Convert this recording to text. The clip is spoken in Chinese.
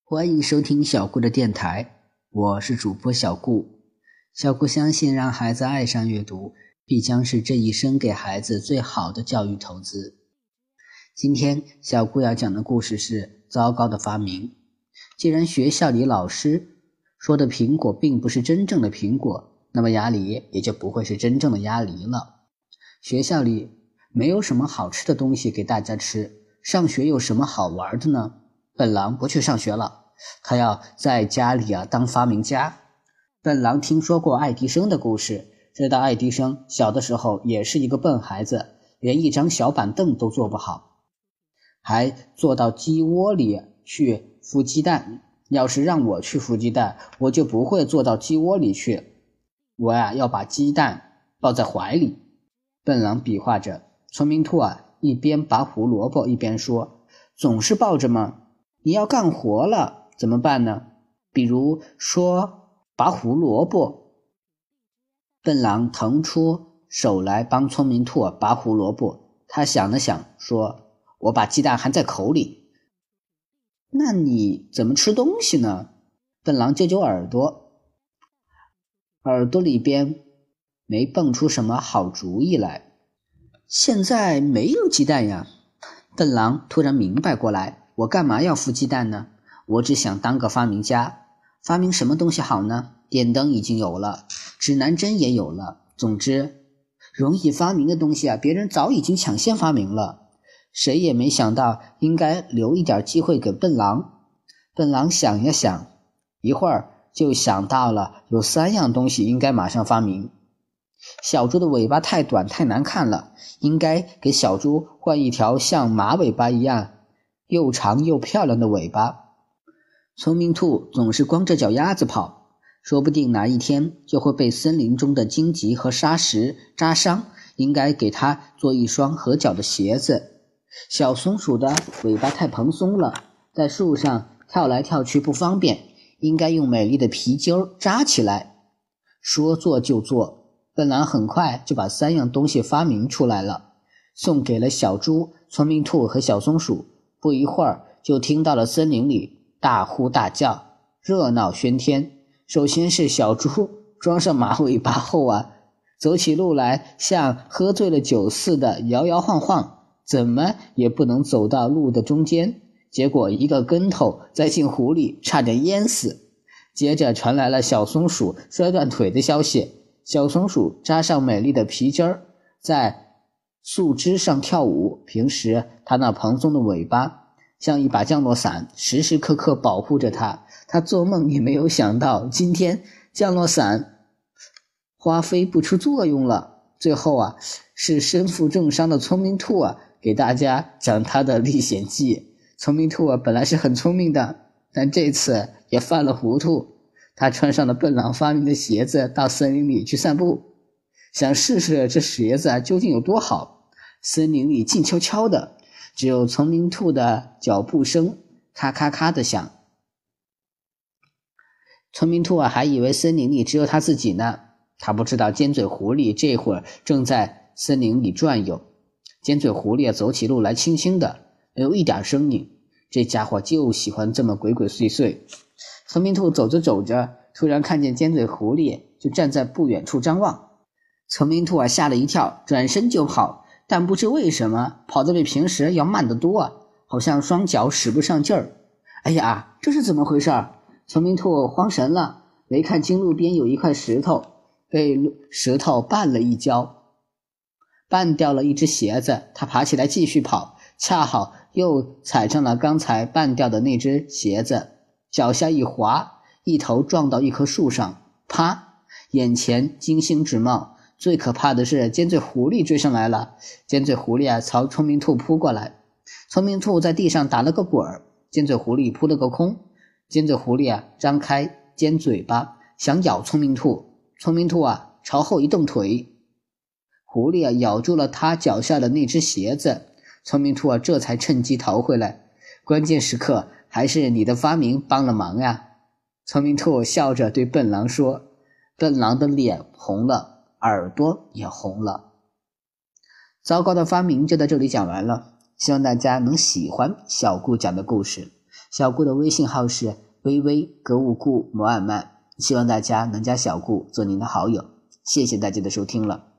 欢迎收听小顾的电台，我是主播小顾。小顾相信让孩子爱上阅读，必将是这一生给孩子最好的教育投资。今天小顾要讲的故事是糟糕的发明。既然学校里老师说的苹果并不是真正的苹果，那么鸭梨也就不会是真正的鸭梨了。学校里没有什么好吃的东西给大家吃，上学有什么好玩的呢？笨狼不去上学了，他要在家里当发明家。笨狼听说过爱迪生的故事，知道爱迪生小的时候也是一个笨孩子，连一张小板凳都做不好，还坐到鸡窝里去孵鸡蛋。要是让我去孵鸡蛋，我就不会坐到鸡窝里去，我要把鸡蛋抱在怀里。笨狼比划着，聪明兔一边拔胡萝卜一边说，总是抱着吗？你要干活了怎么办呢？比如说拔胡萝卜。笨狼腾出手来帮聪明兔拔胡萝卜，他想了想说，我把鸡蛋含在口里。那你怎么吃东西呢？笨狼揪揪耳朵，耳朵里边没蹦出什么好主意来。现在没有鸡蛋呀。笨狼突然明白过来，我干嘛要孵鸡蛋呢？我只想当个发明家。发明什么东西好呢？电灯已经有了，指南针也有了，总之容易发明的东西别人早已经抢先发明了。谁也没想到应该留一点机会给笨狼。笨狼想呀想，一会儿就想到了有3样东西应该马上发明。小猪的尾巴太短太难看了，应该给小猪换一条像马尾巴一样又长又漂亮的尾巴。聪明兔总是光着脚丫子跑，说不定哪一天就会被森林中的荆棘和沙石扎伤，应该给它做一双合脚的鞋子。小松鼠的尾巴太蓬松了，在树上跳来跳去不方便，应该用美丽的皮筋扎起来。说做就做，笨狼很快就把3样东西发明出来了，送给了小猪、聪明兔和小松鼠。不一会儿就听到了森林里大呼大叫，热闹喧天。首先是小猪装上马尾巴后走起路来像喝醉了酒似的摇摇晃晃，怎么也不能走到路的中间，结果一个跟头栽进湖里，差点淹死。接着传来了小松鼠摔断腿的消息，小松鼠扎上美丽的皮筋在树枝上跳舞，平时它那蓬松的尾巴像一把降落伞，时时刻刻保护着它。他做梦也没有想到，今天降落伞花飞不出作用了。最后是身负重伤的聪明兔给大家讲他的历险记。聪明兔本来是很聪明的，但这次也犯了糊涂。他穿上了笨狼发明的鞋子，到森林里去散步，想试试这鞋子究竟有多好。森林里静悄悄的，只有聪明兔的脚步声咔咔咔的响。聪明兔还以为森林里只有他自己呢，他不知道尖嘴狐狸这会儿正在森林里转悠。尖嘴狐狸走起路来轻轻的，没有一点声音，这家伙就喜欢这么鬼鬼祟祟。聪明兔走着走着，突然看见尖嘴狐狸就站在不远处张望。聪明兔吓了一跳，转身就跑，但不知为什么跑得比平时要慢得多好像双脚使不上劲儿。哎呀，这是怎么回事？聪明兔慌神了，没看清路边有一块石头，被石头绊了一跤，绊掉了一只鞋子。他爬起来继续跑，恰好又踩上了刚才绊掉的那只鞋子，脚下一滑，一头撞到一棵树上，啪，眼前金星直冒。最可怕的是尖嘴狐狸追上来了，尖嘴狐狸朝聪明兔扑过来。聪明兔在地上打了个滚儿，尖嘴狐狸扑了个空。尖嘴狐狸张开尖嘴巴想咬聪明兔，聪明兔朝后一动腿，狐狸咬住了他脚下的那只鞋子。聪明兔这才趁机逃回来。关键时刻还是你的发明帮了忙呀。聪明兔笑着对笨狼说。笨狼的脸红了，耳朵也红了。糟糕的发明就在这里讲完了，希望大家能喜欢小顾讲的故事。 小顾的微信号是微微格物顾摩尔曼，希望大家能加小顾做您的好友。谢谢大家的收听了。